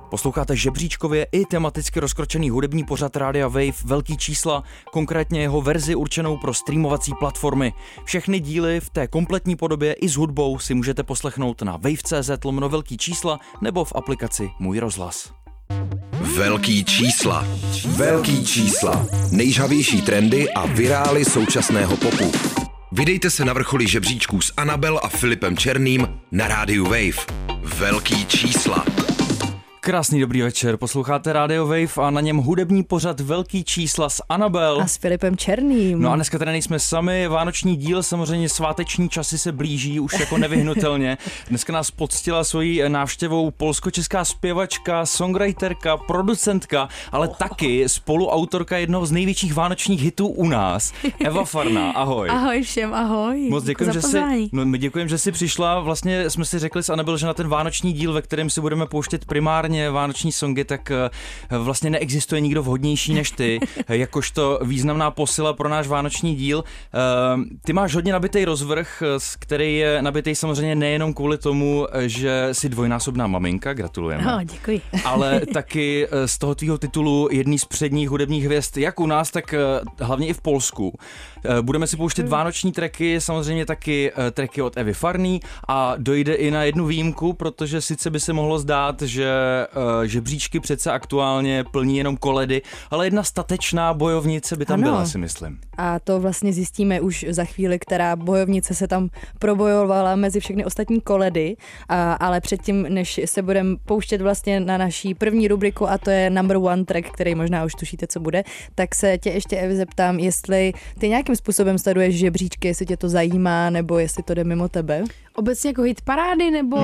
Posloucháte žebříčkově i tematicky rozkročený hudební pořad Rádia Wave Velký čísla, konkrétně jeho verzi určenou pro streamovací platformy. Všechny díly v té kompletní podobě i s hudbou si můžete poslechnout na wave.cz/velký čísla nebo v aplikaci Můj rozhlas. Velký čísla. Velký čísla. Nejžhavější trendy a virály současného popu. Vydejte se na vrcholy žebříčků s Anabel a Filipem Černým na rádiu Wave. Velký čísla. Krásný dobrý večer, posloucháte Radio Wave a na něm hudební pořad Velký čísla s Anabel. A s Filipem Černým. No a dneska tady nejsme sami, vánoční díl, samozřejmě sváteční časy se blíží už jako nevyhnutelně. Dneska nás poctila svojí návštěvou polsko-česká zpěvačka, songwriterka, producentka, ale taky spoluautorka jednoho z největších vánočních hitů u nás, Eva Farná. Ahoj. Ahoj všem, ahoj. Moc děkujem, my děkujeme, že jsi přišla. Vlastně jsme si řekli s Anabel, že na ten vánoční díl, ve kterém si budeme pouštět primárně vánoční songy, tak vlastně neexistuje nikdo vhodnější než ty, jakožto významná posila pro náš vánoční díl. Ty máš hodně nabitej rozvrh, který je nabitej samozřejmě nejenom kvůli tomu, že jsi dvojnásobná maminka, gratulujeme. No, děkuji. Ale taky z toho tvýho titulu jedný z předních hudebních hvězd, jak u nás, tak hlavně i v Polsku. Budeme si pouštět vánoční tracky, samozřejmě taky tracky od Evy Farný a dojde i na jednu výjimku, protože sice by se mohlo zdát, že žebříčky přece aktuálně plní jenom koledy, ale jedna statečná bojovnice by tam byla, si myslím. A to vlastně zjistíme už za chvíli, která bojovnice se tam probojovala mezi všechny ostatní koledy, ale předtím, než se budeme pouštět vlastně na naší první rubriku, a to je number one track, který možná už tušíte, co bude, tak se tě ještě, Evi, zeptám, jestli ty nějakým způsobem sleduješ žebříčky, jestli tě to zajímá, nebo jestli to jde mimo tebe? Obecně jako hit parády, nebo...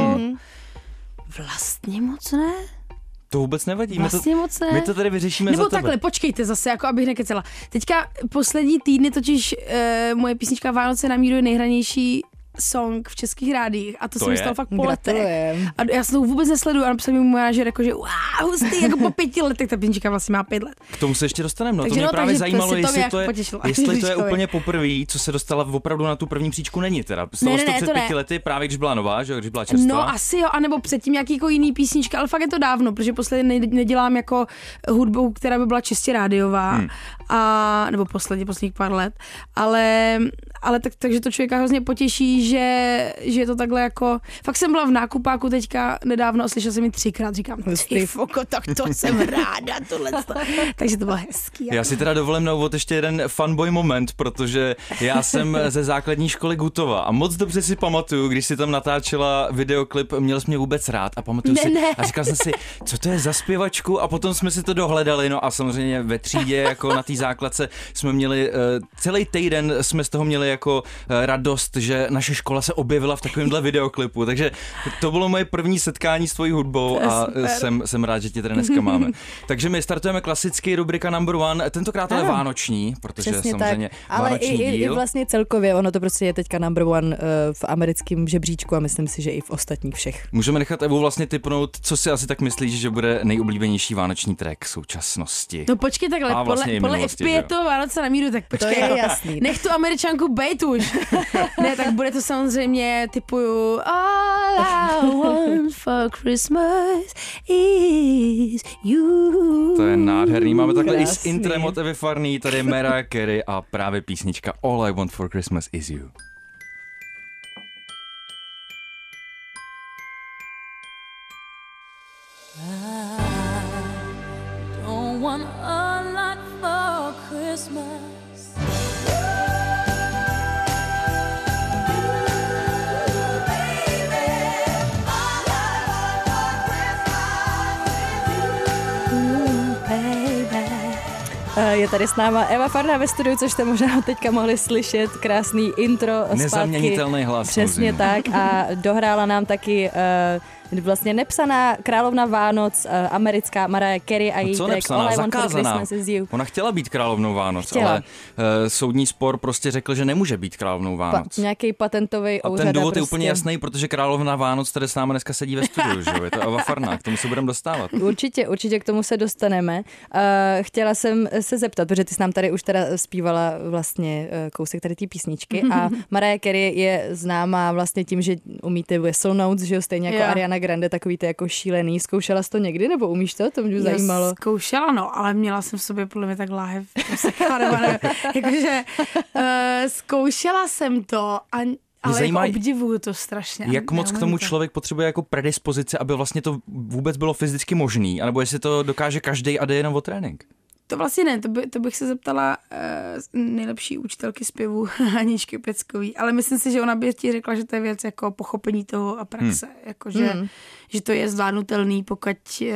Vlastně moc ne. To vůbec nevadí. Vlastně moc ne. My to tady vyřešíme nebo za tebe. Nebo takhle, počkejte zase, jako abych nekecela. Teďka poslední týdny totiž moje písnička Vánoce na míru je nejhranější song v českých rádiích a to se mi stalo fakt po letech. A já se to vůbec nesleduju a napsal mi můj manažer jako, že hustý, jako po 5 letech, ta písnička vlastně má 5 let. K tomu se ještě dostaneme, no. Takže to mě právě zajímalo, jestli to je úplně úplně poprvé, co se dostala opravdu na tu první příčku, není teda. Stalo se to před 5 lety, právě když byla nová, že když byla čerstvá. No asi jo, anebo předtím nějaký jako jiný písnička, ale fakt je to dávno, protože posledně nedělám jako hudbu, která by byla čistě rádiová, nebo posledních pár let, ale takže to člověka hrozně potěší, že je to takhle jako... Fakt jsem byla v nákupáku teďka nedávno a slyšela jsem mi 3krát, říkám, ty foko, tak to jsem ráda, tohleto. Takže to bylo hezký. Já si teda dovolím na úvod ještě jeden fanboy moment, protože já jsem ze základní školy Gutova a moc dobře si pamatuju, když si tam natáčela videoklip Měl jsi mě vůbec rád a pamatuju si a říkal jsem si, co to je za zpěvačku a potom jsme si to dohledali, no a samozřejmě ve třídě jako na té základce jsme měli celý týden jsme z toho měli jako radost, že naše škola se objevila v takovémhle videoklipu, takže to bylo moje první setkání s tvojí hudbou a jsem rád, že tě tady dneska máme. Takže my startujeme klasicky rubrika number one, tentokrát ale vánoční, protože přesně samozřejmě tak. vánoční ale díl. I vlastně celkově, ono to prostě je teďka number one v americkém žebříčku a myslím si, že i v ostatních všech. Můžeme nechat Evu vlastně tipnout, co si asi tak myslíš, že bude nejoblíbenější vánoční track současnosti. No počkej takhle, podle FP je to Vánoce na míru, tak počkej. To je jasný. Nech tu Američanku bejt už. Ne, tak bude to samozřejmě typuju All I want for Christmas is you. To je nádherný. Máme takhle i s intrem od Evy Farný, tady je Mariah Carey a právě písnička All I want for Christmas is you. I don't want a lot for Christmas. Je tady s náma Eva Farná ve studiu, což jste možná teďka mohli slyšet. Krásný intro zpátky. Nezaměnitelný hlas. Přesně tak a dohrála nám taky vlastně nepsaná královna Vánoc, americká Mariah Carey a její track All I Want for Christmas is you. Ona chtěla být královnou Vánoc, ale soudní spor prostě řekl, že nemůže být královnou Vánoc. Nějaký patentový úřad. A ten důvod je úplně jasný, protože královna Vánoc tady s námi dneska sedí ve studiu, že jo? Je to Eva Farná, k tomu se budeme dostávat. Určitě k tomu se dostaneme. Chtěla jsem se zeptat, protože ty jsi nám tady už teda zpívala vlastně kousek tady té písničky a Mariah Carey je známá vlastně tím, že umí ty whistle notes, že jo, stejně jako Ariana Grande takový ty jako šílený. Zkoušela jsi to někdy, nebo umíš to? To mě zajímalo. Zkoušela, no, ale měla jsem v sobě podle mě tak láhev. Jakože zkoušela jsem to ale jako obdivuju to strašně. Jak moc k tomu člověk potřebuje jako predispozice, aby vlastně to vůbec bylo fyzicky možný, anebo jestli to dokáže každý a jde jenom o trénink? To vlastně ne, to bych se zeptala nejlepší učitelky zpěvu Aničky Peckový, ale myslím si, že ona by ti řekla, že to je věc jako pochopení toho a praxe, jakože, že to je zvládnutelný, pokud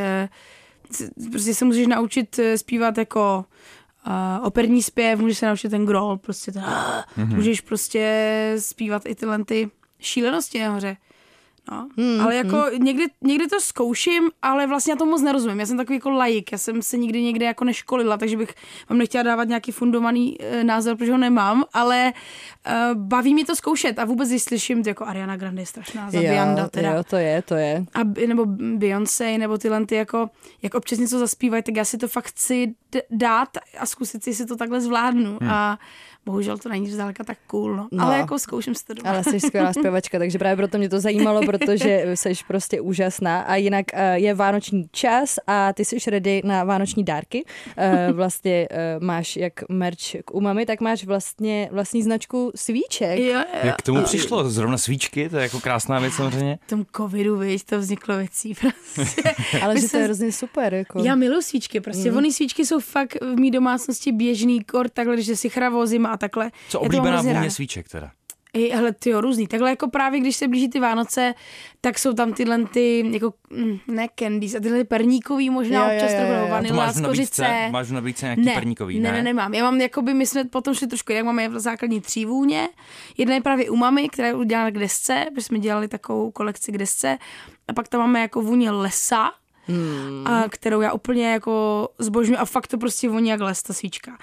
prostě se můžeš naučit zpívat jako operní zpěv, můžeš se naučit ten grol, prostě můžeš prostě zpívat i tyhle ty šílenosti nahoře. No. Ale jako někdy to zkouším, ale vlastně já to moc nerozumím. Já jsem takový jako laik, já jsem se nikdy někde jako neškolila, takže bych vám nechtěla dávat nějaký fundovaný názor, protože ho nemám, ale baví mě to zkoušet a vůbec když slyším, jako Ariana Grande je strašná, Zabianda teda. Jo, to je. Nebo Beyoncé, nebo tyhle ty jako, jak občas něco zaspívají, tak já si to fakt chci dát a zkusit si, jestli to takhle zvládnu a bohužel to není zdaleka tak cool, no. Ale jako zkouším si to doma. Ale jsi skvělá zpěvačka, takže právě proto mě to zajímalo, protože jsi prostě úžasná a jinak je vánoční čas a ty jsi už ready na vánoční dárky. Vlastně máš jak merch k Umami, tak máš vlastně vlastní značku svíček. Jo. Jak k tomu přišlo? Zrovna svíčky, to je jako krásná věc samozřejmě. V tom covidu, víš, to vzniklo věcí prostě. Ale že to je hrozně super. Jako. Já miluji svíčky, prostě. Ony svíčky jsou fakt v mý domácnosti běžný kort, takhle, že si chravo, zima a takhle. Co oblíbená vůně svíček teda? Hele, tyjo, různý. Takhle jako právě, když se blíží ty Vánoce, tak jsou tam tyhle ty, jako, ne candies, a tyhle perníkový možná občas trochu vanila, skořice. Máš v nabídce nějaký perníkový, ne? Ne, nemám. Já mám, jakoby, my jsme potom šli trošku, jak máme základní 3 vůně. Jedna je právě Umami, která je udělána k desce, protože jsme dělali takovou kolekci k desce. A pak tam máme jako vůně lesa, kterou já úplně jako zbožňuji a fakt to prostě voní jak les, ta svíčka.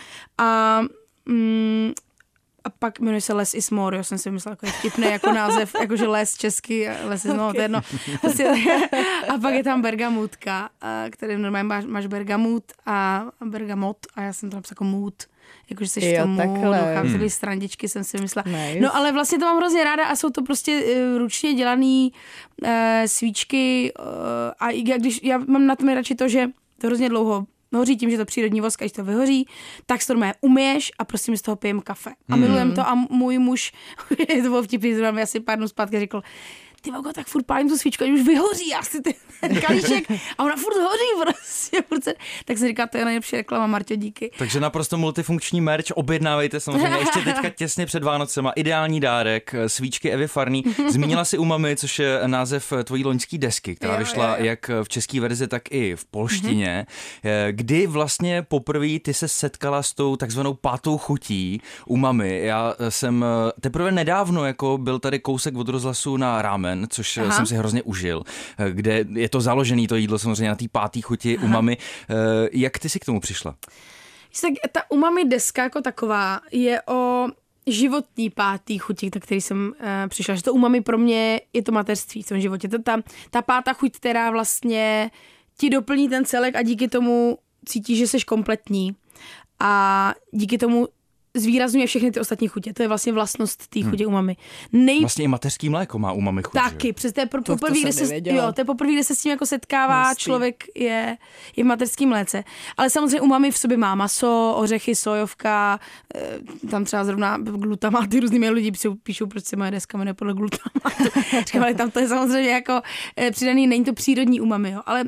A pak jmenuje se Les is more, já jsem si myslela, jako je vtipný jako název, jakože les česky, les is more, to je jedno. A pak je tam bergamutka, který normálně máš bergamut a bergamot a já jsem to napsala jako mood, jakože seš to mood, tyhle strandičky jsem si myslela. Nice. No ale vlastně to mám hrozně ráda a jsou to prostě ručně dělaný svíčky a když já mám na tom radši to, že to hrozně dlouho hoří tím, že to přírodní vosk, když to vyhoří, tak to normálně umyješ a prostě mi z toho pijem kafe. A milujem to a můj muž, to bylo vtipný, zrovna asi pár dnů zpátky řekl, ty Vago, tak furt pálím tu svíčku, už vyhoří asi ten kalíček a ona furt hoří prostě. Tak se říká, to je nejlepší reklama, Marťo, díky. Takže naprosto multifunkční merch, objednávejte samozřejmě ještě teďka těsně před Vánocema. Ideální dárek, svíčky Evy Farný. Zmínila si Umami, což je název tvojí loňský desky, která vyšla jak v české verzi, tak i v polštině. Kdy vlastně poprvé ty se setkala s tou takzvanou pátou chutí Umami? Já jsem teprve nedávno, jako byl tady kousek od rozhlasu na Rámen, což jsem si hrozně užil, kde je to založený, to jídlo samozřejmě na té páté chuti Umami. Jak ty jsi k tomu přišla? Ta Umami deska jako taková je o životní pátý chuti, na který jsem přišla. Že to Umami pro mě je to mateřství v tom životě. Ta pátá chuť, která vlastně ti doplní ten celek a díky tomu cítíš, že jsi kompletní. A díky tomu zvýrazňuje všechny ty ostatní chutě. To je vlastně vlastnost té chutě Umami. Vlastně i mateřský mléko má Umami chuť. Taky, přes to je poprvé, kde se s tím jako setkává člověk je v mateřském mléce. Ale samozřejmě Umami v sobě má maso, ořechy, sojovka, tam třeba zrovna glutamáty, různými lidi píšou, proč se moje deska jmenuje podle glutamátu. Říkám, ale tam to je samozřejmě jako přidaný, není to přírodní Umami, jo. Ale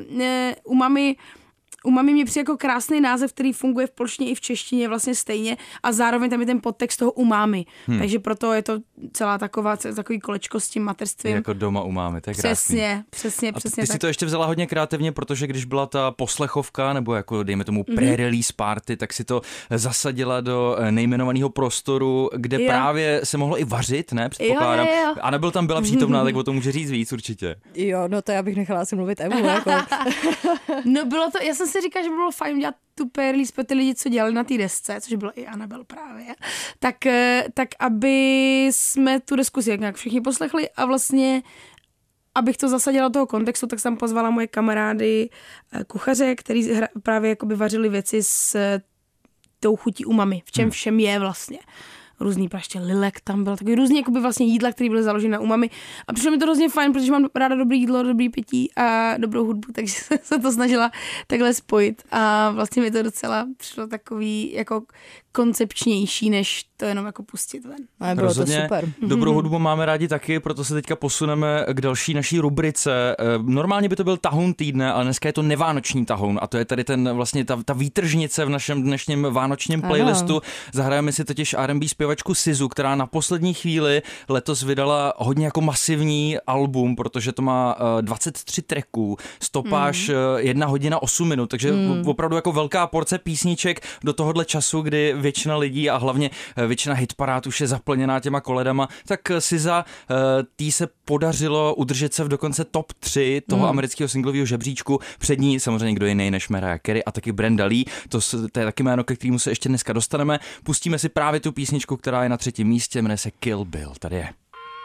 Umami mě přijde jako krásný název, který funguje v polštině i v češtině vlastně stejně a zároveň tam je ten podtext toho umami. Takže proto je to celá takový kolečko s tím mateřstvím. Jako doma umami, to je krásný. Přesně. Ty si to ještě vzala hodně kreativně, protože když byla ta poslechovka, nebo jako dejme tomu pre-release party, tak si to zasadila do nejmenovaného prostoru, kde právě se mohlo i vařit, ne? Předpokládám. Jo. A nebyl tam byla přítomná, tak o tom může říct víc určitě. Jo, no to já bych nechala si mluvit Evu. Jako. No bylo to, já jsem si říkala, že by bylo fajn dělat tu pre-release pro ty lidi, co dělali na té desce, což bylo i Anabel právě, tak aby jsme tu desku si nějak všichni poslechli a vlastně abych to zasadila do toho kontextu, tak jsem pozvala moje kamarády kuchaře, který právě jakoby vařili věci s tou chutí Umami, v čem všem je vlastně. různý praště lilek tam bylo, takový různý jakoby vlastně jídla, které byly založeny na umami. A přišlo mi to hrozně fajn, protože mám ráda dobré jídlo, dobrý pití a dobrou hudbu, takže jsem se to snažila takhle spojit. A vlastně mi to docela přišlo takový jako koncepčnější, než to jenom jako pustit ven. Ale bylo Rozhodně to super. Dobrou hudbu máme rádi taky, proto se teďka posuneme k další naší rubrice. Normálně by to byl tahoun týdne, ale dneska je to nevánoční tahoun a to je tady ten vlastně ta výtržnice v našem dnešním vánočním playlistu. Zahrajeme si totiž R&B zpěvačku SZA, která na poslední chvíli letos vydala hodně jako masivní album, protože to má 23 tracků, stopáž 1 hodina 8 minut, takže opravdu jako velká porce písniček do tohohle času, kdy většina lidí a hlavně většina hitparád už je zaplněná těma koledama, tak SZA, tý se podařilo udržet se v dokonce top 3 toho amerického singlového žebříčku. Před ní samozřejmě kdo jiný než Mariah Carey a taky Brenda Lee. To je taky jméno, ke kterému se ještě dneska dostaneme. Pustíme si právě tu písničku, která je na 3. místě, jmenuje se Kill Bill. Tady je.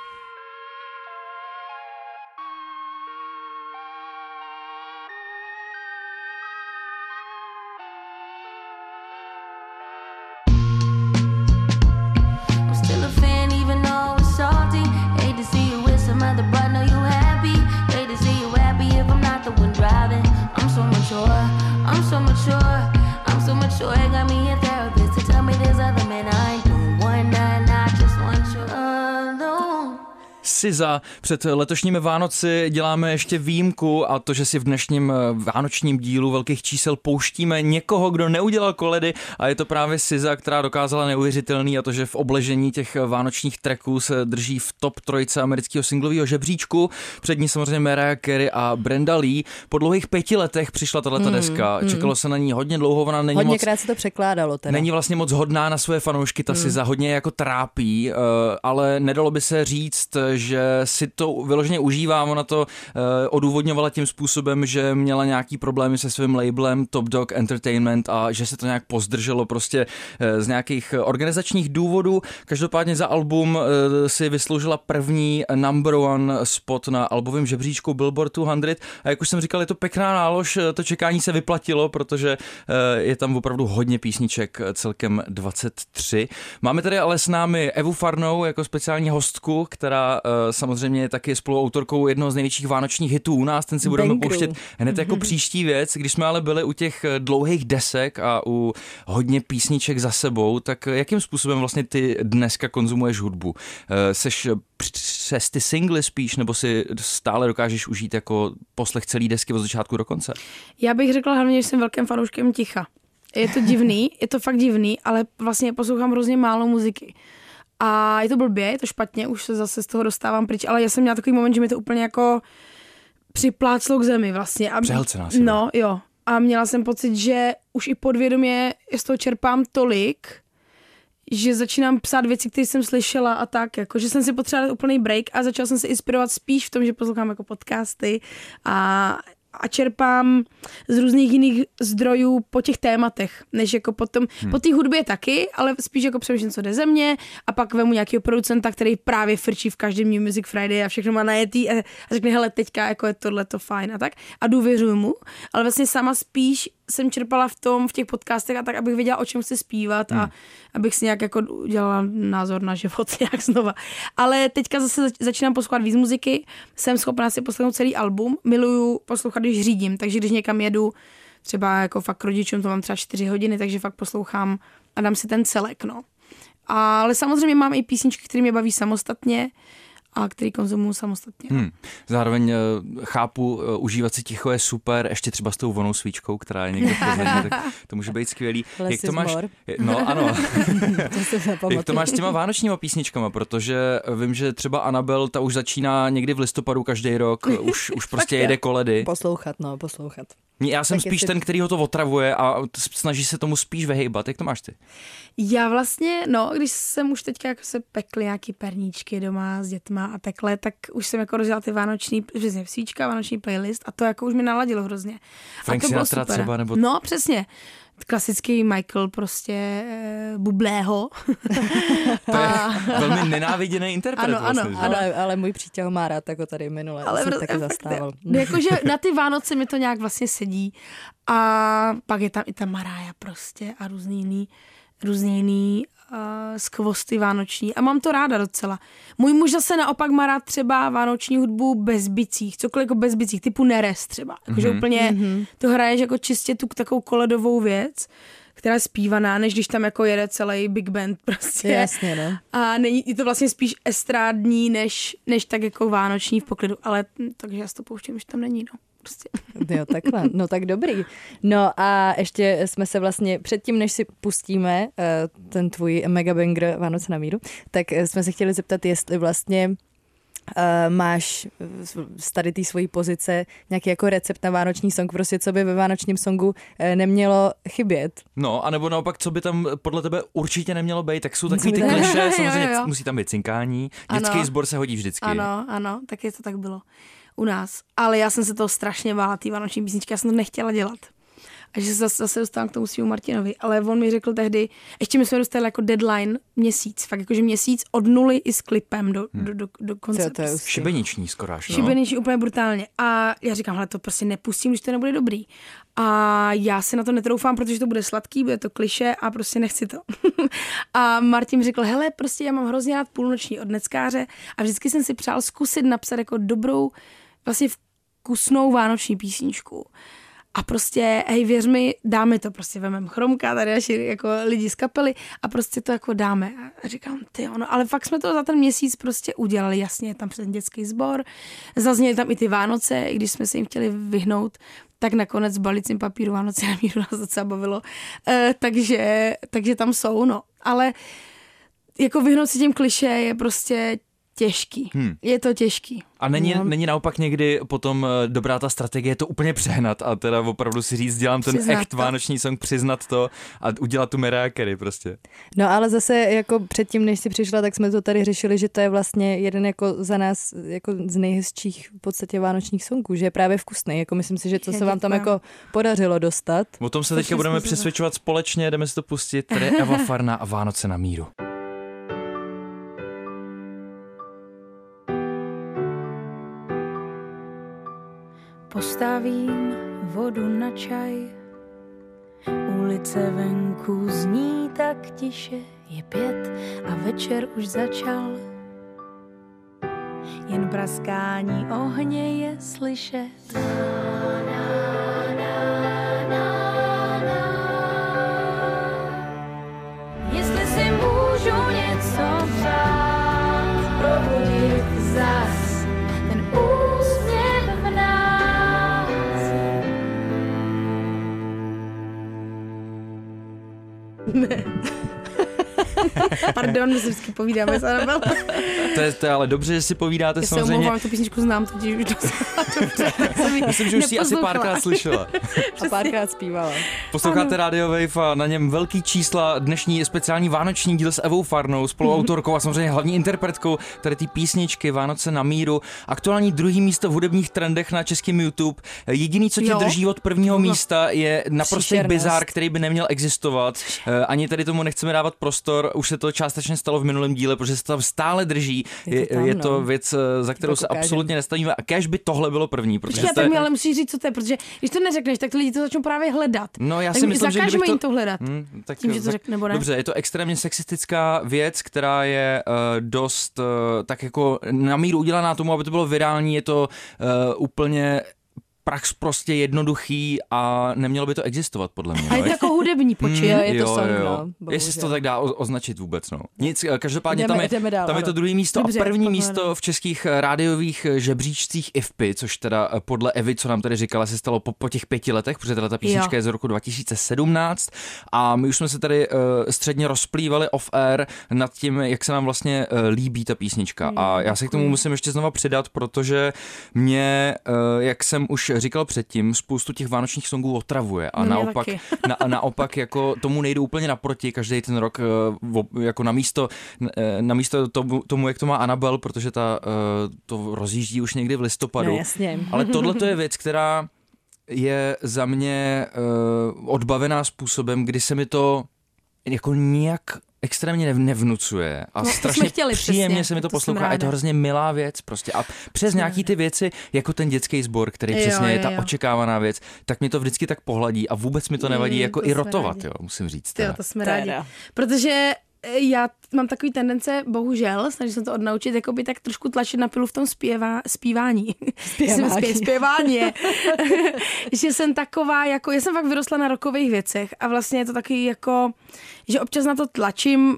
SZA. Před letošními Vánoci děláme ještě výjimku a to, že si v dnešním vánočním dílu velkých čísel pouštíme někoho, kdo neudělal koledy a je to právě SZA, která dokázala neuvěřitelný a to, že v obležení těch vánočních tracků se drží v top 3 amerického singlového žebříčku. Před ní samozřejmě Mariah Carey a Brenda Lee. Po dlouhých 5 letech přišla tato deska. Čekalo se na ní hodně dlouho, ona není Hodněkrát se to překládalo teda. Není vlastně moc hodná na své fanoušky, ta SZA hodně jako trápí, ale nedalo by se říct, že si to vyloženě užívá. Ona to odůvodňovala tím způsobem, že měla nějaký problémy se svým labelem Top Dog Entertainment a že se to nějak pozdrželo prostě z nějakých organizačních důvodů. Každopádně za album si vysloužila první number 1 spot na albovém žebříčku Billboard 200 a jak už jsem říkal, je to pěkná nálož, to čekání se vyplatilo, protože je tam opravdu hodně písniček, celkem 23. Máme tady ale s námi Evu Farnou jako speciální hostku, která samozřejmě je taky spoluautorkou jednoho z největších vánočních hitů u nás, ten si budeme pouštět hned jako příští věc. Když jsme ale byli u těch dlouhých desek a u hodně písniček za sebou, tak jakým způsobem vlastně ty dneska konzumuješ hudbu? Seš přes ty singly spíš, nebo si stále dokážeš užít jako poslech celý desky od začátku do konce? Já bych řekla hlavně, že jsem velkým fanouškem ticha. Je to divný, je to fakt divný, ale vlastně poslouchám hrozně málo muziky. A je to blbě, je to špatně, už se zase z toho dostávám pryč, ale já jsem měla takový moment, že mi to úplně jako připláclo k zemi vlastně. Přehlcená si. No, jo. A měla jsem pocit, že už i podvědomě z toho čerpám tolik, že začínám psát věci, které jsem slyšela a tak, jako, že jsem si potřebovala dát úplný break a začala jsem se inspirovat spíš v tom, že poslouchám jako podcasty a čerpám z různých jiných zdrojů po těch tématech, než jako potom, po té hudbě taky, ale spíš jako přemýšlím, co jde ze mě a pak vemu nějakého producenta, který právě frčí v každém New Music Friday a všechno má najetý a řekne, hele, teďka jako je tohleto fajn a tak a důvěřuju mu, ale vlastně sama spíš jsem čerpala v těch podcastech a tak, abych věděla, o čem chci zpívat a abych si nějak jako udělala názor na život nějak znova. Ale teďka zase začínám poslouchat víc muziky, jsem schopná si poslechnout celý album, miluju poslouchat, když řídím, takže když někam jedu, třeba jako fakt rodičům, to mám třeba 4 hodiny, takže fakt poslouchám a dám si ten celek, no. Ale samozřejmě mám i písničky, které mě baví samostatně, a který konzumuju samostatně. Zároveň chápu, užívat si ticho je super, ještě třeba s tou vonou svíčkou, která je někde v Plzni, tak to může být skvělý. Jak to máš? No ano. Jak to máš s těma vánočníma písničkama, protože vím, že třeba Anabel, ta už začíná někdy v listopadu každý rok, už prostě jede koledy. Poslouchat. Já jsem spíš ten, který ho to otravuje a snaží se tomu spíš vehejbat. Jak to máš ty? Já vlastně, když jsem už teďka jako se pekly nějaký perníčky doma s dětma a takhle, tak už jsem jako rozdělala ty vánoční, přesně svíčka, vánoční playlist a to jako už mi naladilo hrozně. Frank Sinatra třeba, nebo... No, přesně. Klasický Michael prostě Bublého. To je velmi nenáviděný interpret. Ano, ale můj přítel ho má rád, jako tady minule. Ale jsem taky zastával. Jakože na ty Vánoce mi to nějak vlastně sedí. A pak je tam i ta Mariah prostě a různý jiný skvosty vánoční a mám to ráda docela. Můj muž zase naopak má rád třeba vánoční hudbu bez bicích, cokoliv jako bez bicích, typu Neres třeba. Jakože úplně to hraješ jako čistě tu takovou koledovou věc, která je zpívaná, než když tam jako jede celý big band prostě. Jasně, no. A je to vlastně spíš estrádní, než tak jako vánoční v poklidu, ale takže já si to pouštím, že tam není, no. Prostě. Jo, takhle. No tak dobrý. No a ještě jsme se vlastně předtím, než si pustíme ten tvůj megabanger Vánoce na míru, tak jsme se chtěli zeptat, jestli vlastně máš z tady té svojí pozice nějaký jako recept na vánoční song, prostě co by ve vánočním songu nemělo chybět. No, anebo naopak, co by tam podle tebe určitě nemělo být, tak jsou takový ty klišé, samozřejmě jo. musí tam být cinkání, dětský sbor se hodí vždycky. Ano, taky to tak bylo u nás. Ale já jsem se toho strašně bála, ty vánoční písničky, já jsem to nechtěla dělat. A že se zase dostávám k tomu svýmu Martinovi. Ale on mi řekl tehdy, ještě my jsme dostali jako deadline měsíc, fakt jakože měsíc od nuly i s klipem do konce. Šibeniční skoro až, no. Šibeniční úplně brutálně. A já říkám, hele, to prostě nepustím, když to nebude dobrý. A já se na to netroufám, protože to bude sladký, bude to kliše a prostě nechci to. A Martin řekl, hele, prostě já mám hrozně rád Půlnoční od Neckáře a vždycky jsem si přál zkusit napsat jako dobrou, vlastně vkusnou vánoční písničku. A prostě, hej, věř mi, dáme to, prostě vememe Chromka, tady naši jako lidi z kapely a prostě to jako dáme. A říkám, no, ale fakt jsme to za ten měsíc prostě udělali, jasně, tam ten dětský sbor, zazněly tam i ty Vánoce, i když jsme se jim chtěli vyhnout, tak nakonec balicím papíru Vánoce na míru nás docela bavilo. Takže tam jsou, no. Ale jako vyhnout si těm klišé je prostě těžký. Je to těžký. A není naopak někdy potom dobrá ta strategie to úplně přehnat a teda opravdu si říct, dělám ten vánoční song, přiznat to a udělat tu Mariah Carey prostě. No ale zase jako předtím, než jsi přišla, tak jsme to tady řešili, že to je vlastně jeden jako za nás jako z nejhezčích v podstatě vánočních songů, že je právě vkusný. Jako myslím si, že to se vám tam jako podařilo dostat. O tom se teďka budeme přesvědčovat společně, jdeme si to pustit. Tady je Eva Farná a Vánoce na míru. Postavím vodu na čaj, ulice venku zní tak tiše, je 5 a večer už začal. Jen praskání ohně je slyšet. Jestli si můžu něco přát, probudit zas ten úsměv v nás. Ne. Pardon, my si vždycky povídáme s Anabel. To je ale dobře, že si povídáte, samozřejmě. Já se omlouvám, tu písničku znám, totiž už dobře. Myslím, že už si asi párkrát slyšela. A párkrát zpívala. Posloucháte Radio Wave a na něm velký čísla, dnešní speciální vánoční díl s Evou Farnou, spoluautorkou a samozřejmě hlavní interpretkou tady ty písničky Vánoce na míru. Aktuální druhý místo v hudebních trendech na českém YouTube. Jediný, co tě drží od prvního místa, je naprostý bizár, který by neměl existovat. Ani tady tomu nechceme dávat prostor. Už se to částečně stalo v minulém díle, protože se tam stále drží. Je to věc, za kterou se absolutně nestavíme. A kéž by tohle bylo první. Protože tak mi ale musíš říct, co to je, protože když to neřekneš, tak to lidi to začnou právě hledat. No, já si myslím, že kdybych to hledat. Tak, tím, že to řekne, nebo ne? Dobře, je to extrémně sexistická věc, která je dost tak jako na míru udělaná tomu, aby to bylo virální. Je to úplně prax prostě jednoduchý a nemělo by to existovat, podle mě. A je to jako hudební počin. Je to song, no. Jestli se to tak dá označit vůbec, no. Nic, každopádně jdeme dál, tam je to druhé místo dobře, a první místo v českých rádiových žebříčcích IFPI, což teda podle Evy, co nám tady říkala, se stalo po těch 5 letech, protože ta písnička je z roku 2017 a my už jsme se tady středně rozplývali off-air nad tím, jak se nám vlastně líbí ta písnička. A já se k tomu musím ještě znova přidat, protože mě, jak jsem už říkal předtím, spoustu těch vánočních songů otravuje a naopak jako tomu nejdu úplně naproti každý ten rok jako namísto tomu, jak to má Anabel, protože to rozjíždí už někdy v listopadu. No, jasně. Ale tohle to je věc, která je za mě odbavená způsobem, kdy se mi to jako nějak extrémně nevnucuje a strašně příjemně se mi to poslouchá a je to hrozně milá věc prostě a přes nějaký ty věci, jako ten dětský sbor, který přesně je ta očekávaná věc, tak mě to vždycky tak pohladí a vůbec mi to nevadí jako i rotovat, jo, musím říct. Jo, to jsme rádi. Protože já mám takový tendence, bohužel, snažím se to odnaučit, jako by tak trošku tlačit na pilu v tom zpívání. Zpěvání je. Že jsem taková, jako, já jsem fakt vyrostla na rockových věcech a vlastně je to taky jako, že občas na to tlačím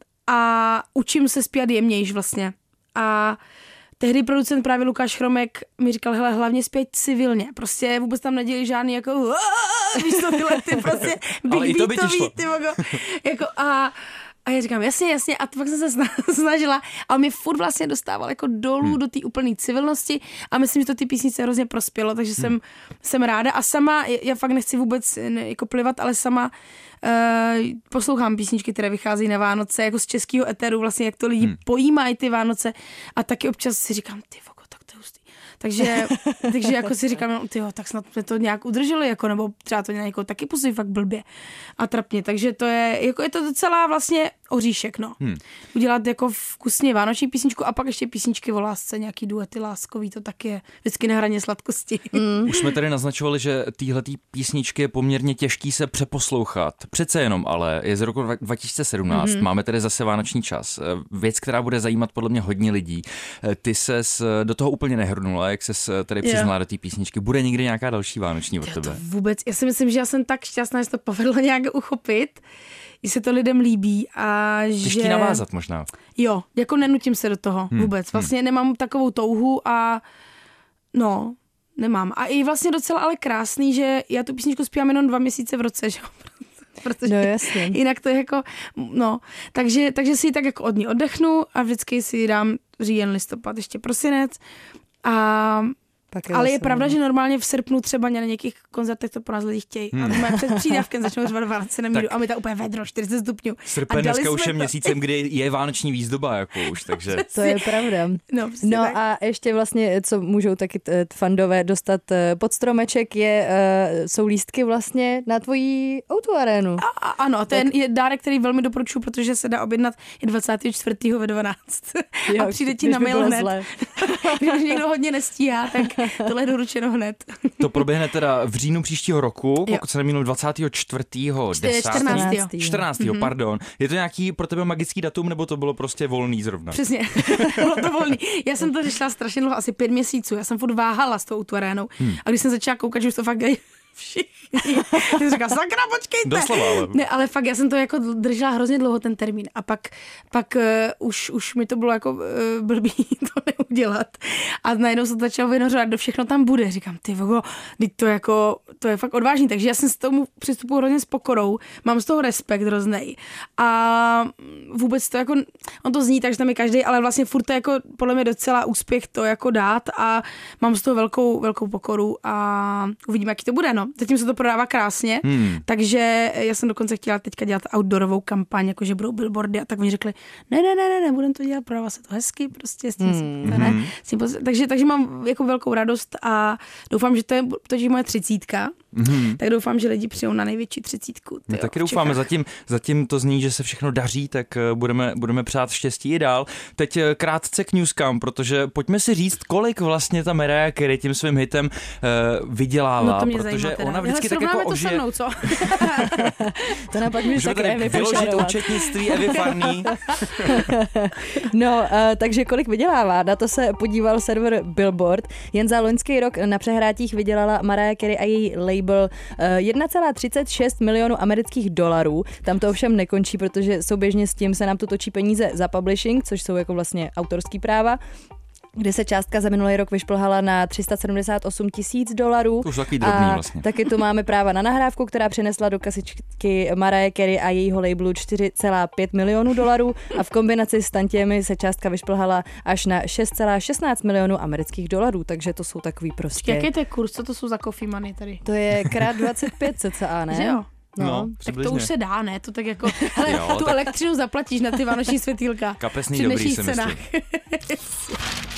a učím se zpívat jemnějš vlastně. A tehdy producent právě Lukáš Chromek mi říkal, hele, hlavně zpět civilně, prostě vůbec tam nedělí žádný jako víš to, tyhle ty prostě ale i to by ti šlo. Jako, a já říkám, jasně, a pak jsem se snažila a on mě furt vlastně dostával jako dolů do té úplné civilnosti a myslím, že to ty písnice hrozně prospělo, takže jsem ráda a sama, já fakt nechci vůbec jako plivat, ale sama poslouchám písničky, které vycházejí na Vánoce, jako z českého eteru, vlastně jak to lidi pojímají ty Vánoce a taky občas si říkám, ty voko, tak to je hustý. Takže jako si říkám, no, tyjo, tak snad jsme to nějak udrželi, jako, nebo třeba to nějakou taky působí fakt blbě a trapně, takže to je, jako je to docela vlastně oříšek, no. Udělat jako vkusně vánoční písničku a pak ještě písničky o lásce, nějaký duety láskový, to tak je vždycky na hraně sladkosti. Už jsme tady naznačovali, že týhletý písničky je poměrně těžký se přeposlouchat. Přece jenom, ale je z roku 2017, máme tady zase vánoční čas. Věc, která bude zajímat podle mě hodně lidí. Ty ses do toho úplně nehrnula, jak ses tady přiznala do té písničky. Bude někdy nějaká další vánoční od tebe? Vůbec, já si myslím, že já jsem tak šťastná, že to povedlo nějak uchopit, že se to lidem líbí a těžký že... navázat možná. Jo, jako nenutím se do toho vůbec. Vlastně nemám takovou touhu a no, nemám. A i vlastně docela ale krásný, že já tu písničku zpívám jenom 2 měsíce v roce, že jo? Protože no, jasně. Jinak to je jako, no, takže si ji tak jako od ní oddechnu a vždycky si ji dám říjen, listopad, ještě prosinec a... Ale je pravda, že normálně v srpnu třeba na nějakých koncertech to po nás lidi chtějí. A normálně před přídavkem začnou řvat Vánoce na míru a my to úplně vedro, 40 stupňů. Srpen dneska už je měsícem, kdy je vánoční výzdoba, jako už, takže... To je pravda. No a ještě vlastně, co můžou taky fandové dostat pod stromeček, jsou lístky vlastně na tvojí O2 arénu. Ano, to je dárek, který velmi doporučuji, protože se dá objednat i 24. ve 12. Jo, a přijde ti na mail hned. Když někdo hodně nestíhá, tak tohle je doručeno hned. To proběhne teda v říjnu příštího roku, pokud se nemýlím 14. Pardon. Je to nějaký pro tebe magický datum, nebo to bylo prostě volný zrovna? Přesně, bylo to volný. Já jsem to řešila strašně dlouho, asi 5 měsíců. Já jsem furt váhala s tou arénou. A když jsem začala koukat, že už to fakt všichni. Jsem říkala, sakra, počkejte. Doslova, ale. Ne, ale fakt, já jsem to jako držela hrozně dlouho ten termín a pak už mi to bylo jako blbý to neudělat. A najednou se to začalo vynořovat, do všechno tam bude. Říkám, ty vogo, to je fakt odvážný. Takže já jsem s tomu přistupuji hrozně s pokorou, mám z toho respekt hroznej. A vůbec to jako, on to zní tak, že tam je každý, ale vlastně furt to jako podle mě docela úspěch to jako dát a mám z toho velkou pokoru a uvidíme, jaký to bude, no. Zatím se to prodává krásně, takže já jsem dokonce chtěla teďka dělat outdoorovou kampaň, jakože budou billboardy a tak oni řekli, ne, budeme to dělat, prodává se to hezky, prostě s tím, takže mám jako velkou radost a doufám, že to je moje 30, tak doufám, že lidi přijou na největší 30. My taky doufáme, zatím to zní, že se všechno daří, tak budeme přát štěstí i dál. Teď krátce k newskám, protože pojďme si říct, kolik vlastně ta Mariah Carey tím svým hitem vydělává, no protože ona vždycky tak jako ožije. To se mnou, co? To napak můžu také vyložit účetnictví Evy Farný. No, takže kolik vydělává? Na to se podíval server Billboard. Jen za loňský rok na přehrátích vydělala Mariah Carey a její label 1,36 milionů amerických dolarů. Tam to ovšem nekončí, protože souběžně s tím se nám tu točí peníze za publishing, což jsou jako vlastně autorský práva, kde se částka za minulý rok vyšplhala na $378 000. To už taky drobný vlastně. Taky tu máme práva na nahrávku, která přinesla do kasičky Mariah Carey a jejího labelu $4,5 milionů a v kombinaci s tantiemi se částka vyšplhala až na $6,16 milionů amerických dolarů, takže to jsou takový prostě... Jaký to je kurz? Co to jsou za coffee money tady? To je krát 25 cca, ne? Že jo? No, tak to už se dá, ne? To tak jako, hele, jo, tu elektřinu zaplatíš na ty vánoční světýlka. Kapesný dobrý, si myslím.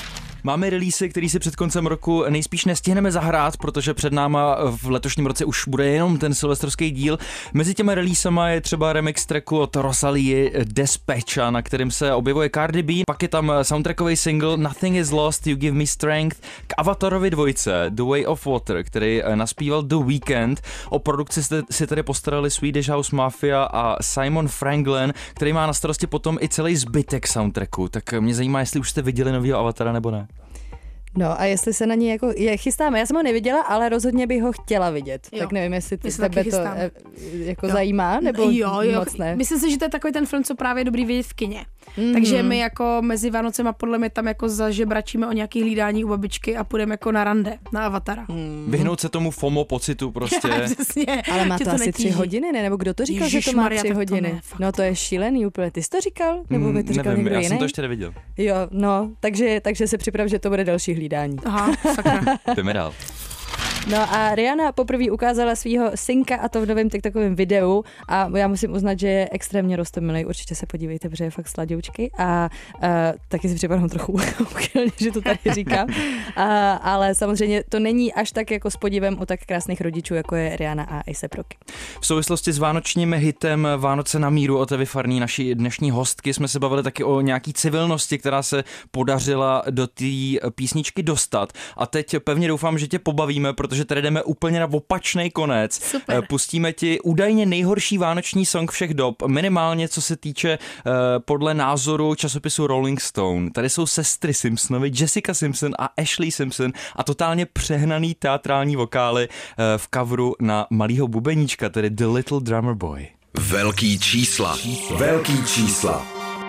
Máme releasy, který si před koncem roku nejspíš nestihneme zahrát, protože před náma v letošním roce už bude jenom ten silvestrovský díl. Mezi těmi releasama je třeba remix tracku od Rosalie Despecha, na kterým se objevuje Cardi B. Pak je tam soundtrackový single Nothing is Lost, You Give Me Strength k Avatarovi 2, The Way of Water, který naspíval The Weeknd. O produkci si tady postarali Swedish House Mafia a Simon Franklin, který má na starosti potom i celý zbytek soundtracku. Tak mě zajímá, jestli už jste viděli novýho Avatara nebo ne. No a jestli se na ní jako chystáme, já jsem ho neviděla, ale rozhodně bych ho chtěla vidět. Jo. Tak nevím, jestli tebe to jako zajímá, nebo jo. moc ne. Myslím si, že to je takový ten film, co právě je dobrý vidět v kině. Takže my jako mezi Vánocema podle mě tam jako zažebračíme o nějaký hlídání u babičky a půjdeme jako na rande, na Avatara. Vyhnout se tomu FOMO pocitu prostě. Přesně. Ale má to asi netíží. 3 hodiny, ne? Nebo kdo to říkal, že to má 3 hodiny? Ne, no to je šílený úplně. Ty jsi to říkal? Nebo by to říkal nevím, někdo já jiný? jsem to ještě neviděl. Jo, no, takže se připrav, že to bude další hlídání. Aha, sakra. Jdeme dál. No a Rihanna poprvé ukázala svého synka a to v novém TikTokovém videu a já musím uznat, že je extrémně roztomilý. Určitě se podívejte, protože je fakt sladoučky a taky si připadám trochu uchylně, že to tady říkám. Ale samozřejmě to není až tak jako s podívem u tak krásných rodičů, jako je Rihanna a A$AP Rocky. V souvislosti s vánočním hitem Vánoce na míru od Evy Farný, naší dnešní hostky, jsme se bavili taky o nějaký civilnosti, která se podařila do té písničky dostat. A teď pevně doufám, že tě pobavíme, protože tady jdeme úplně na opačný konec. Super. Pustíme ti údajně nejhorší vánoční song všech dob, minimálně co se týče podle názoru časopisu Rolling Stone. Tady jsou sestry Simpsonovi, Jessica Simpson a Ashley Simpson a totálně přehnaný teatrální vokály v coveru na malýho bubeníčka, tedy The Little Drummer Boy. Velký čísla. Velký čísla.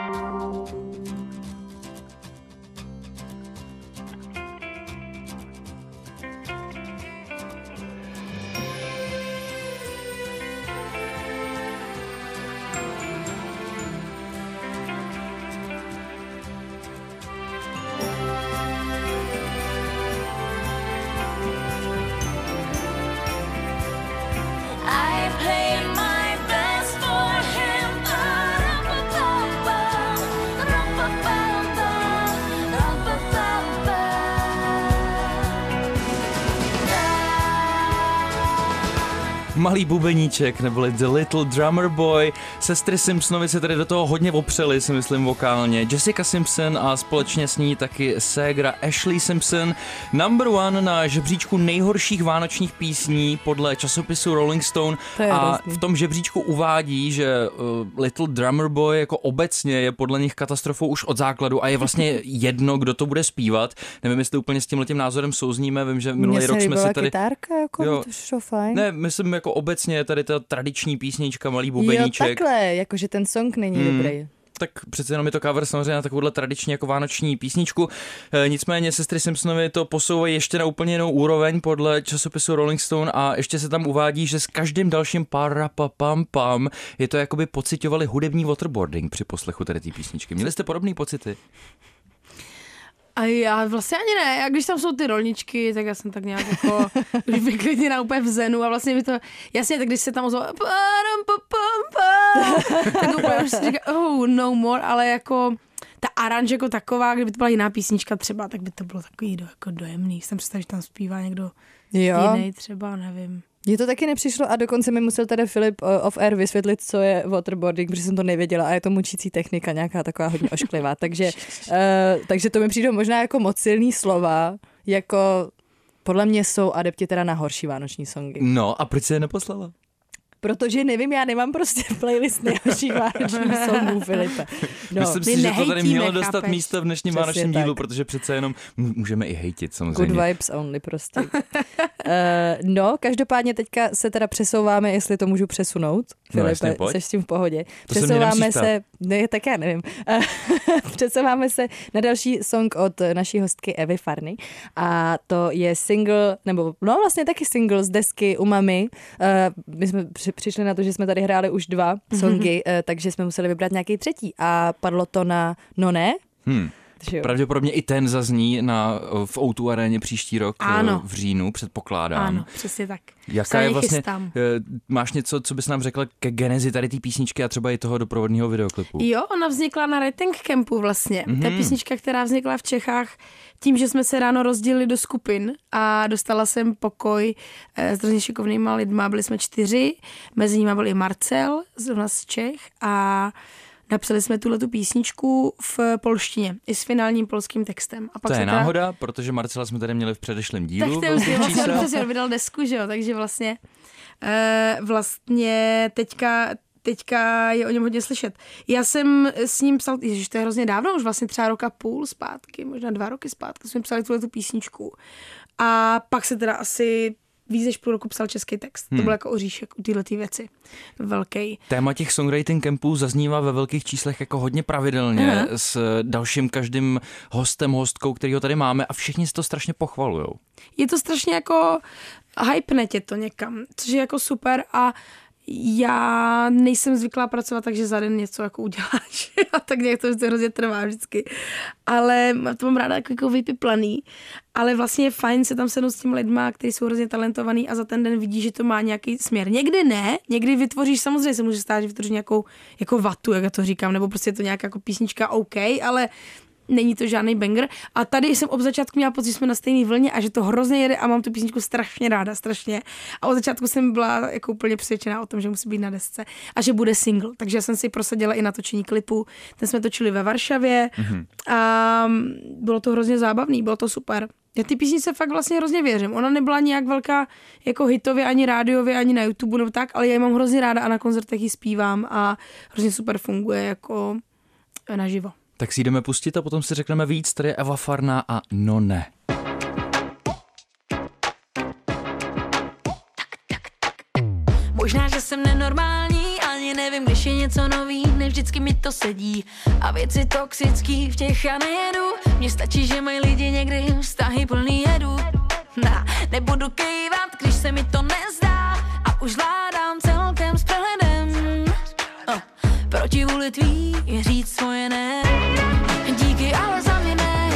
I played my best for him. Malý bubeníček, neboli The Little Drummer Boy. Sestry Simpsonovi se tady do toho hodně opřely, si myslím, vokálně. Jessica Simpson a společně s ní taky ségra Ashley Simpson. Number one na žebříčku nejhorších vánočních písní podle časopisu Rolling Stone. A v tom žebříčku uvádí, že Little Drummer Boy jako obecně je podle nich katastrofou už od základu a je vlastně jedno, kdo to bude zpívat. Nevím, jestli úplně s tímhletím názorem souzníme. Vím, že minulý rok jsme se tady... kytárka, jako jo, to šlo fajn. Ne, myslím jako obecně je tady ta tradiční písnička Malý bubeníček. Jo, takhle, jakože ten song není dobrý. Tak přece jenom je to cover samozřejmě na takovouhle tradiční jako vánoční písničku. Nicméně sestry Simpsonovi to posouvají ještě na úplně jinou úroveň podle časopisu Rolling Stone a ještě se tam uvádí, že s každým dalším parapapam je to jakoby pociťovali hudební waterboarding při poslechu tady té písničky. Měli jste podobné pocity? A já vlastně ani ne, já když tam jsou ty rolničky, tak já jsem tak nějak jako už vyklidněna úplně v zenu a vlastně mi to, jasně, tak když se tam ozval tak úplně už si říká, oh, no more, ale jako ta aranž jako taková, kdyby to byla jiná písnička třeba, tak by to bylo takový jako dojemný. Jsem představit, že tam zpívá někdo jiný třeba, nevím. Mně to taky nepřišlo a dokonce mi musel tady Filip off air vysvětlit, co je waterboarding, protože jsem to nevěděla a je to mučící technika, nějaká taková hodně ošklivá. Takže to mi přijde možná jako moc silný slova, jako podle mě jsou adepti teda na horší vánoční songy. No a proč se je neposlala? Protože nevím, já nemám prostě playlist nejhorších vánočních songů, Filipe. No. Myslím si, že to tady mělo dostat chápeš? místo v dnešním Přesně vánočním tak. dílu, protože přece jenom můžeme i hejtit samozřejmě. Good vibes only prostě. No, každopádně teďka se teda přesouváme, jestli to můžu přesunout. No, jasně, Filipe, pojď. jsi s tím v pohodě. To se mě nemusíš se, ne, tak já nevím. Přesouváme se na další song od naší hostky Evy Farny a to je single, nebo no vlastně taky single z desky Umami. My jsme přišli na to, že jsme tady hráli už 2 songy, takže jsme museli vybrat nějaký třetí a padlo to na No ne. že jo. Pravděpodobně i ten zazní v O2 aréně příští rok v říjnu, předpokládám. Ano, přesně tak. Jaká je vlastně, máš něco, co bys nám řekla ke genezi tady té písničky a třeba i toho doprovodného videoklipu? Jo, ona vznikla na Writing Campu vlastně. To je písnička, která vznikla v Čechách tím, že jsme se ráno rozdělili do skupin a dostala jsem pokoj s hrozně šikovnýma lidma. Byli jsme 4, mezi nimi byl i Marcel z Čech a napsali jsme tuhletu písničku v polštině, i s finálním polským textem. A pak to je náhoda, protože Marcela jsme tady měli v předešlém dílu. Tak to je vlastně vydal desku, že jo, takže vlastně teďka je o něm hodně slyšet. Já jsem s ním psal, ježiš, to je hrozně dávno, už vlastně třeba 1,5 roku zpátky, možná 2 roky zpátky jsme psali tuhletu písničku. A pak se teda asi víc než půl roku psal český text. To byl jako oříšek u této věci. Velký. Téma těch songwriting campů zaznívá ve velkých číslech jako hodně pravidelně s dalším každým hostkou, kterýho tady máme a všichni si to strašně pochvalujou. Je to strašně jako hypne tě to někam, což je jako super a já nejsem zvyklá pracovat tak, že za den něco jako uděláš a tak nějak to hrozně trvá vždycky. Ale to mám ráda jako vypiplaný. Ale vlastně je fajn se tam sednout s těmi lidma, kteří jsou hrozně talentovaní a za ten den vidíš, že to má nějaký směr. Někdy ne, někdy vytvoříš, samozřejmě se může stát, že vytvoříš nějakou jako vatu, jak já to říkám, nebo prostě je to nějaká jako písnička OK, ale není to žádný banger. A tady jsem od začátku měla pocit, že jsme na stejné vlně a že to hrozně jede a mám tu písničku strašně ráda, strašně. A od začátku jsem byla jako úplně přesvědčená o tom, že musí být na desce a že bude single. Takže jsem si prosadila i natočení klipu. Ten jsme točili ve Varšavě a bylo to hrozně zábavný, bylo to super. Já ty písnice fakt vlastně hrozně věřím. Ona nebyla nějak velká jako hitově, ani rádiově, ani na YouTube nebo tak, ale já ji mám hrozně ráda a na koncertech ji zpívám a hrozně super funguje jako naživo. Tak si jdeme pustit a potom si řekneme víc. Tady je Eva Farná a No ne. Možná, že jsem nenormální, ani nevím, když je něco nový, ne vždycky mi to sedí. A věci toxický v těch já nejedu, mně stačí, že mají lidi někdy vztahy plný jedu. Nebudu kejvat, když se mi to nezdá a už zvládám celkem s přehledem. Proti vůli tvý říct svoje ne. Díky, ale za mě ne.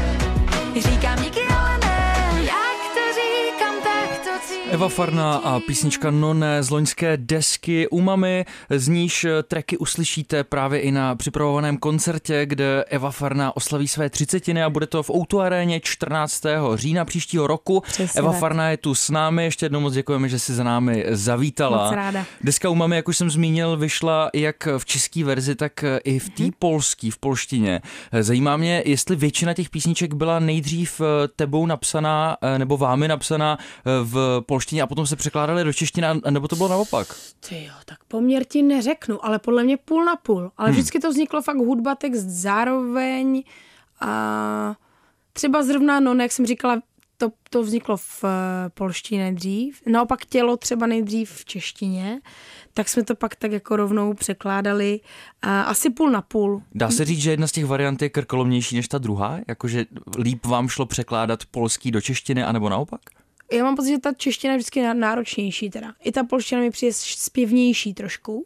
Říkám díky, ale ne. Jak to říkám, tak to cítím. Eva Farná a písnička No ne z loňské desky Umami, z níž tracky uslyšíte právě i na připravovaném koncertě, kde Eva Farná oslaví své 30. a bude to v O2 aréně 14. října příštího roku. Přesně Eva tak. Farná je tu s námi, ještě jednou moc děkujeme, že si za námi zavítala. Moc ráda. Deska Umami, jak už jsem zmínil, vyšla jak v české verzi, tak i v té polský, v polštině. Zajímá mě, jestli většina těch písniček byla nejdřív tebou napsaná nebo vámi napsaná v polštině a potom se překládaly do češtiny, nebo to bylo naopak? Ty jo, tak poměr ti neřeknu, ale podle mě půl na půl. Ale vždycky to vzniklo fakt hudba, text zároveň a třeba zrovna, no, jak jsem říkala, to vzniklo v polštině nejdřív. Naopak tělo třeba nejdřív v češtině, tak jsme to pak tak jako rovnou překládali asi půl na půl. Dá se říct, že jedna z těch variant je krkolomnější než ta druhá? Jakože líp vám šlo překládat polský do češtiny, anebo naopak? Já mám pocit, že ta čeština je vždycky náročnější teda. I ta polština mi přijde zpěvnější trošku.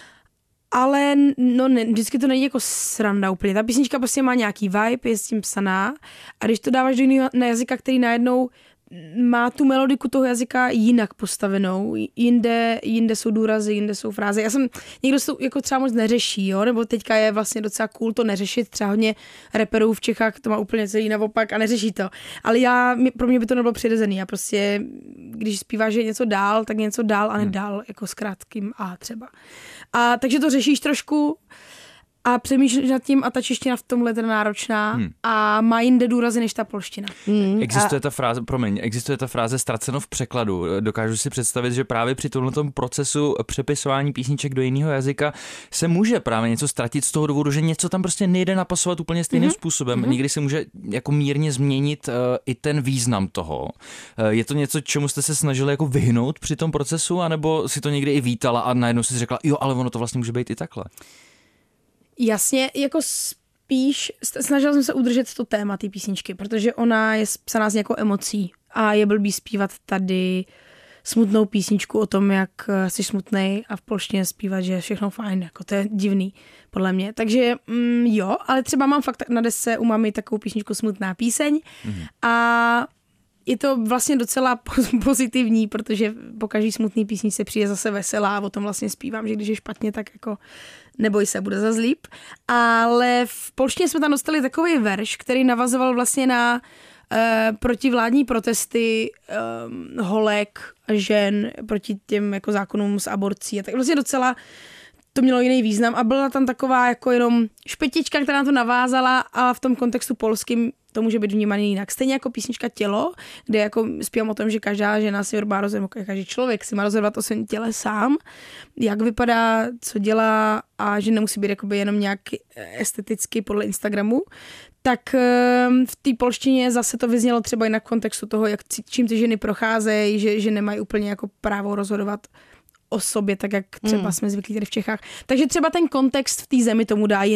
Ale no ne, vždycky to není jako sranda úplně. Ta písnička prostě má nějaký vibe, je s tím psaná a když to dáváš do jiného jazyka, který najednou má tu melodiku toho jazyka jinak postavenou, jinde jsou důrazy, jinde jsou fráze. Někdo se to jako třeba moc neřeší, jo? Nebo teďka je vlastně docela cool to neřešit, třeba hodně reperů v Čechách to má úplně celý naopak a neřeší to. Ale pro mě by to nebylo přirozený. Já prostě, když zpíváš, že je něco dál, tak něco dál a nedál, jako s krátkým A třeba. A takže to řešíš trošku a přemýšlíš nad tím a ta čeština v tomhle je náročná a má jinde důrazy než ta polština. Existuje ta fráze ztraceno v překladu. Dokážu si představit, že právě při tomto procesu přepisování písniček do jiného jazyka se může právě něco ztratit z toho důvodu, že něco tam prostě nejde napasovat úplně stejným způsobem. Někdy se může jako mírně změnit i ten význam toho. Je to něco, čemu jste se snažili jako vyhnout při tom procesu, anebo si to někdy i vítala a najednou si řekla, jo, ale ono to vlastně může být i takhle? Jasně, jako spíš snažila jsem se udržet to téma té písničky, protože ona je psaná s nějakou emocí a je blbý zpívat tady smutnou písničku o tom, jak jsi smutnej a v polštině zpívat, že je všechno fajn, jako to je divný, podle mě. Takže jo, ale třeba mám fakt na desce u mami takovou písničku Smutná píseň a je to vlastně docela pozitivní, protože po každý smutný písničce přijde zase veselá a o tom vlastně zpívám, že když je špatně, tak jako neboj se, bude zas líp. Ale v polštině jsme tam dostali takový verš, který navazoval vlastně na protivládní protesty holek a žen proti těm jako zákonům s aborcí a tak vlastně docela to mělo jiný význam a byla tam taková jako jenom špetička, která na to navázala a v tom kontextu polským to může být vnímaný jinak. Stejně jako písnička Tělo, kde jako zpívám o tom, že každá žena si má rozhodovat, každý člověk si má rozhodovat o svém těle sám, jak vypadá, co dělá a že nemusí být jakoby jenom nějak esteticky podle Instagramu, tak v té polštině zase to vyznělo třeba i na kontextu toho, čím ty ženy procházejí, že nemají úplně jako právo rozhodovat o sobě, tak jak třeba jsme zvyklí tady v Čechách. Takže třeba ten kontext v té zemi tomu dá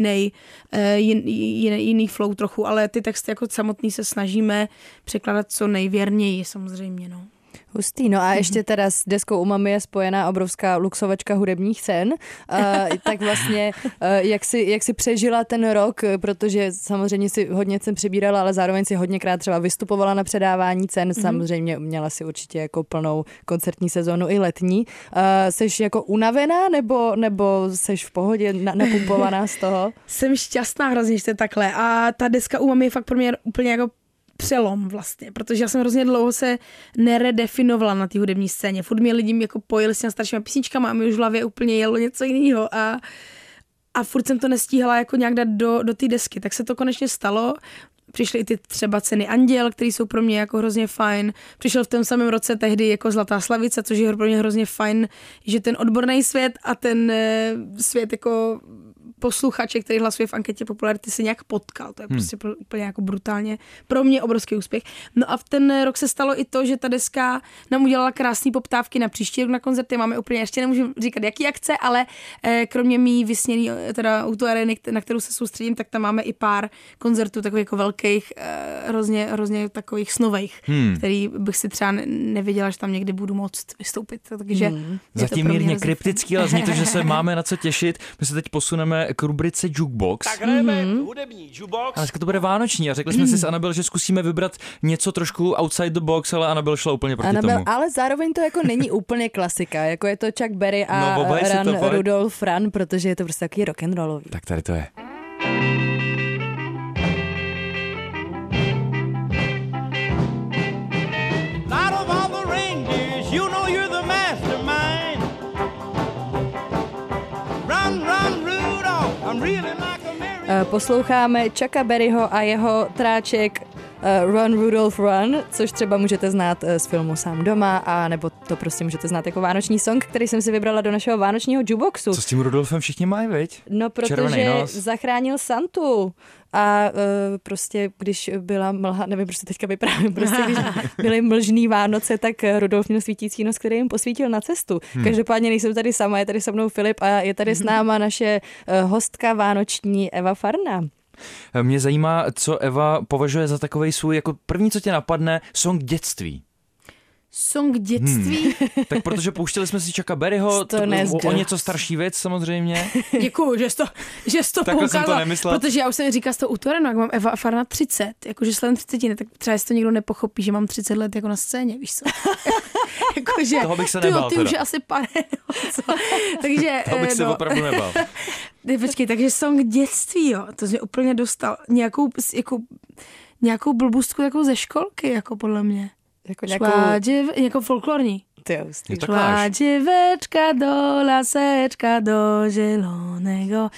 jiný flow trochu, ale ty texty jako samotný se snažíme překládat co nejvěrněji samozřejmě, no. Hustý, no a ještě teda s deskou u mami je spojená obrovská luxovačka hudebních cen, tak vlastně jak si přežila ten rok, protože samozřejmě si hodně cen přebírala, ale zároveň si hodněkrát třeba vystupovala na předávání cen, samozřejmě měla si určitě jako plnou koncertní sezónu i letní. Seš jako unavená nebo seš v pohodě napumpovaná z toho? Jsem šťastná hrozně, že to je takhle a ta deska u mami je fakt pro mě úplně jako přelom vlastně, protože já jsem hrozně dlouho se neredefinovala na té hudební scéně. Furt mě lidi jako pojili s těmi staršíma písničkama a mi už v hlavě úplně jelo něco jiného a furt jsem to nestíhala jako nějak dát do té desky. Tak se to konečně stalo. Přišly i ty třeba ceny Anděl, které jsou pro mě jako hrozně fajn. Přišel v tom samém roce tehdy jako Zlatá slavice, což je pro mě hrozně fajn, že ten odborný svět a ten svět jako posluchače, který hlasuje v anketě popularity, se nějak potkal. To je prostě úplně jako brutálně pro mě obrovský úspěch. No a v ten rok se stalo i to, že ta deska nám udělala krásné poptávky na příští rok na koncerty. Máme úplně, ještě nemůžu říkat, jaký akce, ale kromě mý vysněný teda u té areny, na kterou se soustředím, tak tam máme i pár koncertů takových jako velkých, hrozně takových snových, který bych si třeba nevěděla, že tam někdy budu moct vystoupit. Takže zatím mírně kryptický, ale zní to, že se máme na co těšit. My se teď posuneme k rubrice Jukebox. Tak hrajeme hudební Jukebox. A dneska to bude vánoční a řekli jsme si s Anabel, že zkusíme vybrat něco trošku outside the box, ale Anabel šla úplně proti tomu. Ale zároveň to jako není úplně klasika, jako je to Chuck Berry a Rudolf Run, protože je to prostě takový rock'n'rollový. Tak tady to je. Posloucháme Chucka Berryho a jeho tráček Run Rudolph Run, což třeba můžete znát z filmu Sám doma, a nebo to prostě můžete znát jako vánoční song, který jsem si vybrala do našeho vánočního jukeboxu. Co s tím Rudolfem všichni mají, viď? No, protože zachránil Santu. A prostě, když byla mlha, nevím, prostě teďka vyprávím, prostě když byly mlžný Vánoce, tak Rudolf měl svítící nos, který jim posvítil na cestu. Každopádně nejsem tady sama, je tady se mnou Filip a je tady s náma naše hostka vánoční Eva Farna. Mě zajímá, co Eva považuje za takovej svůj, jako první, co tě napadne, song dětství. Song dětství? Tak protože pouštěli jsme si Chucka Berryho, o něco starší věc samozřejmě. Děkuju, že jsi to poukázal, protože já už jsem říkal z toho útoreno, jak mám Eva Farna 30, jakože slavím 30, tak třeba si to někdo nepochopí, že mám 30 let jako na scéně, víš co? Jakože, toho bych se nebál. Ty už je asi pane, takže... To bych se opravdu nebál. Počkej, takže song dětství, jo, to jsi úplně dostal nějakou blbůstku takovou ze školky, jako podle mě. Jako folklorní. Šla děvečka do lasečka do želoného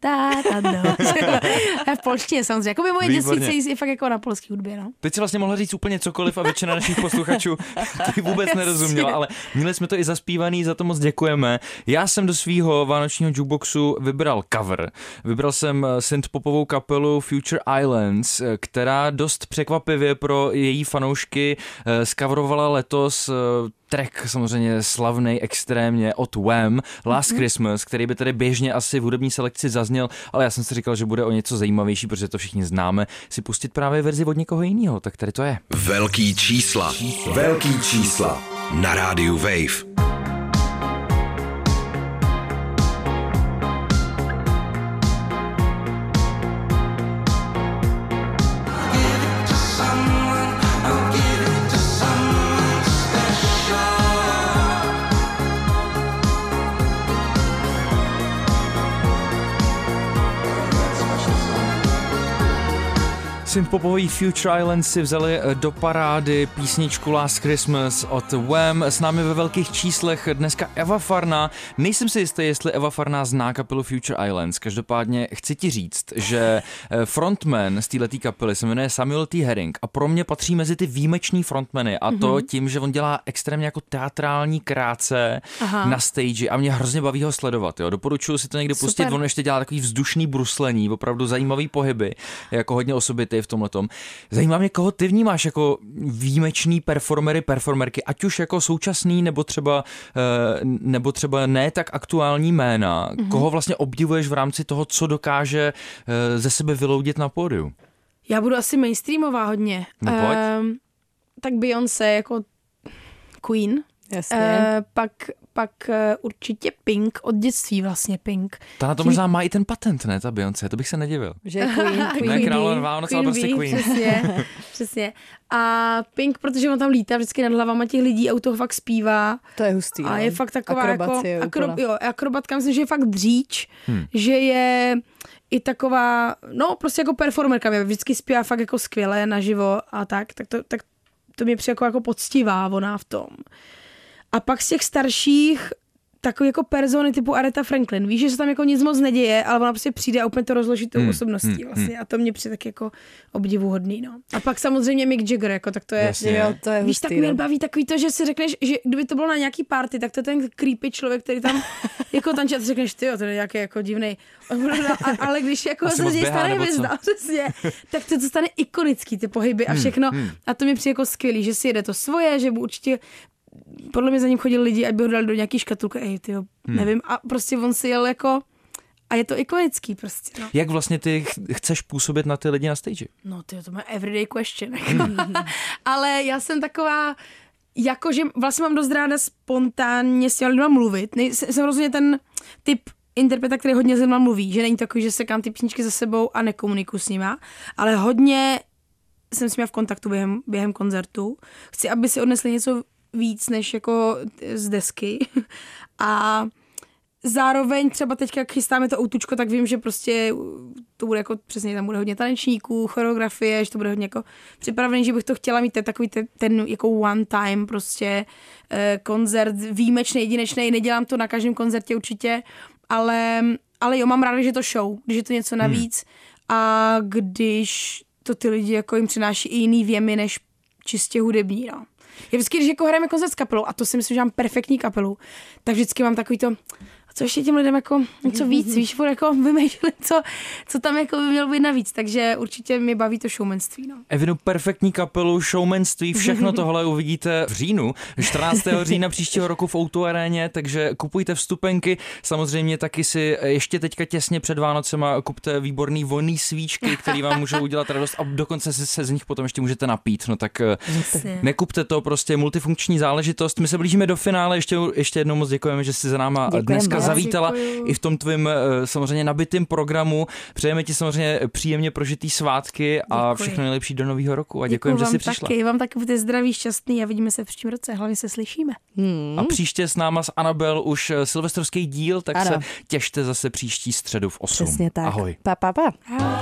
v polštině samozřejmě. Jako by moje dětství je fakt jako na polský hudbě, no. Teď si vlastně mohla říct úplně cokoliv a většina našich posluchačů to vůbec nerozuměla, ale měli jsme to i zaspívaný, za to moc děkujeme. Já jsem do svýho vánočního jukeboxu vybral cover. Vybral jsem synthpopovou kapelu Future Islands, která dost překvapivě pro její fanoušky zcoverovala letos track samozřejmě slavnej extrémně od Wham, Last Christmas, který by tady běžně asi v hudební selekci zazněl, ale já jsem si říkal, že bude o něco zajímavější, protože to všichni známe, si pustit právě verzi od někoho jiného, tak tady to je. Velký čísla. Velký čísla. na rádiu Wave. Synthpopový Future Islands si vzali do parády písničku Last Christmas od Wham. S námi ve velkých číslech dneska Eva Farná. Nejsem si jistý, jestli Eva Farná zná kapelu Future Islands. Každopádně chci ti říct, že frontman z této kapely se jmenuje Samuel T. Herring a pro mě patří mezi ty výjimečný frontmany a to tím, že on dělá extrémně jako teatrální kráce na stage a mě hrozně baví ho sledovat. Jo. Doporučuji si to někdy pustit, on ještě dělá takový vzdušný bruslení, opravdu zajímavý pohyby, jako hodně osobitý v tomhletom. Zajímá mě, koho ty vnímáš jako výjimečný performerky, ať už jako současný, nebo třeba ne tak aktuální jména. Koho vlastně obdivuješ v rámci toho, co dokáže ze sebe vyloudit na pódiu? Já budu asi mainstreamová hodně. No pojď. Tak Beyoncé jako Queen. Jasně. Pak určitě Pink, od dětství vlastně Pink. Ta na to možná má i ten patent, ne, ta Beyoncé, to bych se nedivil. Že je Queen. Ne královna Vánoc, ale prostě Queen. Přesně. A Pink, protože on tam lítá vždycky nad hlavama těch lidí a u toho fakt zpívá. To je hustý. A je fakt taková akrobatka, myslím, že je fakt dříč, že je i taková, no prostě jako performerka, vždycky zpívá fakt jako skvěle naživo a tak to mě přijde jako poctivá ona v tom. A pak z těch starších takový jako persony typu Aretha Franklin. Víš, že se tam jako nic moc neděje, ale ona prostě přijde a úplně to rozloží tou osobností vlastně. A to mě přijde tak jako obdivuhodný, no. A pak samozřejmě Mick Jagger, jako tak to je. Jo, to je víš, hustý, tak mě baví takový to, že si řekneš, že kdyby to bylo na nějaký party, tak to je ten creepy člověk, který tam jako tančí a ty řekneš, tyjo, to je nějaký jako divnej. Ale když jako se z něj stane hvězda, přesně, tak to stane ikonický, ty pohyby a všechno. A to mi přijde jako skvělý, že si jede to svoje, že určitě podle mě za ním chodili lidi, ať by ho dali do nějaký škatulky, nevím, a prostě on si jel jako, a je to ikonický prostě, no. Jak vlastně ty chceš působit na ty lidi na stage? No to má everyday question, ale já jsem taková, jakože vlastně mám dost ráda spontánně s těma lidma mluvit, jsem rozhodně ten typ interpreta, který hodně s lidma mluví, že není takový, že sekám ty písničky za sebou a nekomunikuju s nima, ale hodně jsem s nimi v kontaktu během koncertu, chci, aby si odnesli něco víc než jako z desky a zároveň třeba teďka, jak chystáme to outučko, tak vím, že prostě to bude jako přesně, tam bude hodně tanečníků, choreografie, že to bude hodně jako připravený, že bych to chtěla mít takový ten jako one time prostě koncert, výjimečný, jedinečný, nedělám to na každém koncertě určitě, ale jo, mám ráda, že je to show, když je to něco navíc a když to ty lidi jako jim přináší i jiný věmy než čistě hudební, no. Já vždycky, když jako hrajeme koncert s kapelou, a to si myslím, že mám perfektní kapelu, tak vždycky mám takový to, co ještě těm lidem jako něco víc, víš, jako vymýšlet, co tam jako by mělo být navíc, takže určitě mi baví to showmanství, no. Evinu, perfektní kapelu, showmanství, všechno tohle uvidíte v říjnu, 14. října příštího roku v O2 aréně, takže kupujte vstupenky, samozřejmě taky si ještě teďka těsně před Vánocema kupte výborný vonný svíčky, který vám můžou udělat radost a dokonce se z nich potom ještě můžete napít, no tak nekupte to, prostě multifunkční záležitost. My se blížíme do finále, ještě jednou moc děkujeme, že jsi za náma dneska zavítala i v tom tvým samozřejmě nabitým programu. Přejeme ti samozřejmě příjemně prožitý svátky a všechno nejlepší do nového roku a děkujeme, že jsi přišla. Vám taky budete zdraví, šťastný a vidíme se v příštím roce, hlavně se slyšíme. A příště s náma s Anabel už silvestrovský díl, tak se těšte zase příští středu v 8. Přesně tak. Ahoj. Pa.